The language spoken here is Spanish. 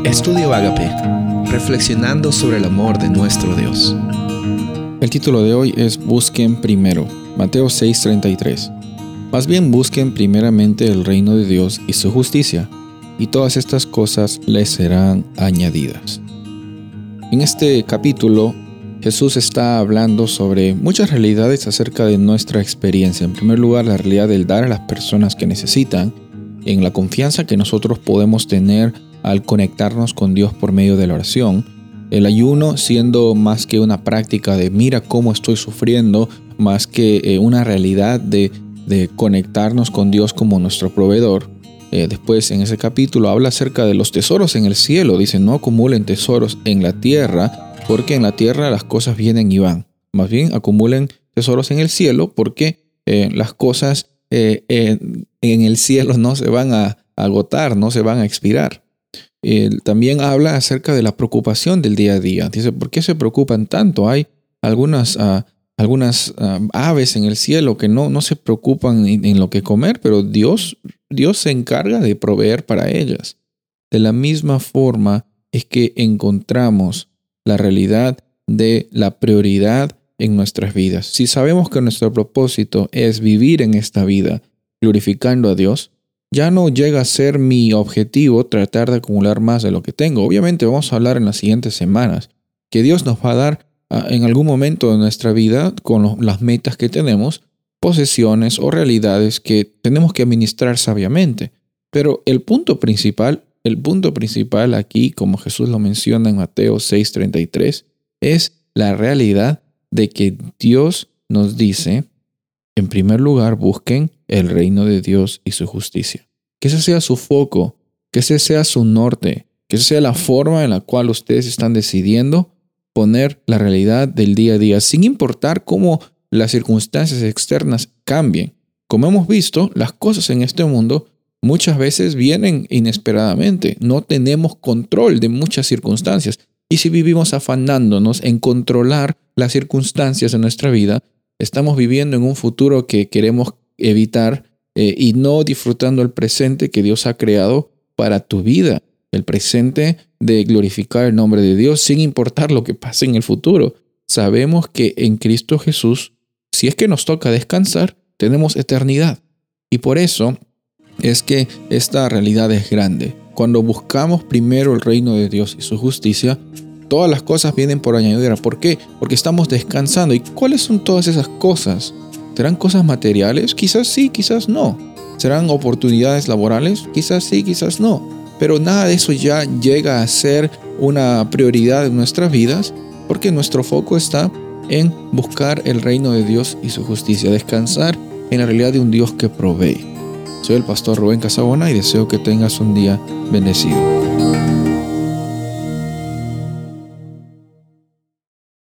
Estudio Ágape, reflexionando sobre el amor de nuestro Dios. El título de hoy es Busquen primero, Mateo 6:33. Más bien busquen primeramente el reino de Dios y su justicia, y todas estas cosas les serán añadidas. En este capítulo, Jesús está hablando sobre muchas realidades acerca de nuestra experiencia. En primer lugar, la realidad del dar a las personas que necesitan, en la confianza que nosotros podemos tener al conectarnos con Dios por medio de la oración. El ayuno siendo más que una práctica de mira cómo estoy sufriendo, más que una realidad de conectarnos con Dios como nuestro proveedor. Después en ese capítulo habla acerca de los tesoros en el cielo. Dice, no acumulen tesoros en la tierra, porque en la tierra las cosas vienen y van. Más bien acumulen tesoros en el cielo, porque las cosas en el cielo no se van a agotar, no se van a expirar. También habla acerca de la preocupación del día a día. Dice, ¿por qué se preocupan tanto? Hay algunas aves en el cielo que no se preocupan en lo que comer, pero Dios se encarga de proveer para ellas. De la misma forma es que encontramos la realidad de la prioridad en nuestras vidas. Si sabemos que nuestro propósito es vivir en esta vida glorificando a Dios, ya no llega a ser mi objetivo tratar de acumular más de lo que tengo. Obviamente vamos a hablar en las siguientes semanas que Dios nos va a dar en algún momento de nuestra vida, con las metas que tenemos, posesiones o realidades que tenemos que administrar sabiamente. Pero el punto principal aquí, como Jesús lo menciona en Mateo 6:33, es la realidad de que Dios nos dice, en primer lugar, busquen el reino de Dios y su justicia. Que ese sea su foco, que ese sea su norte, que esa sea la forma en la cual ustedes están decidiendo poner la realidad del día a día, sin importar cómo las circunstancias externas cambien. Como hemos visto, las cosas en este mundo muchas veces vienen inesperadamente. No tenemos control de muchas circunstancias. Y si vivimos afanándonos en controlar las circunstancias de nuestra vida, estamos viviendo en un futuro que queremos evitar y no disfrutando el presente que Dios ha creado para tu vida. El presente de glorificar el nombre de Dios sin importar lo que pase en el futuro. Sabemos que en Cristo Jesús, si es que nos toca descansar, tenemos eternidad. Y por eso es que esta realidad es grande. Cuando buscamos primero el reino de Dios y su justicia, todas las cosas vienen por añadidura. ¿Por qué? Porque estamos descansando. ¿Y cuáles son todas esas cosas? ¿Serán cosas materiales? Quizás sí, quizás no. ¿Serán oportunidades laborales? Quizás sí, quizás no. Pero nada de eso ya llega a ser una prioridad en nuestras vidas, porque nuestro foco está en buscar el reino de Dios y su justicia, descansar en la realidad de un Dios que provee. Soy el pastor Rubén Casabona y deseo que tengas un día bendecido.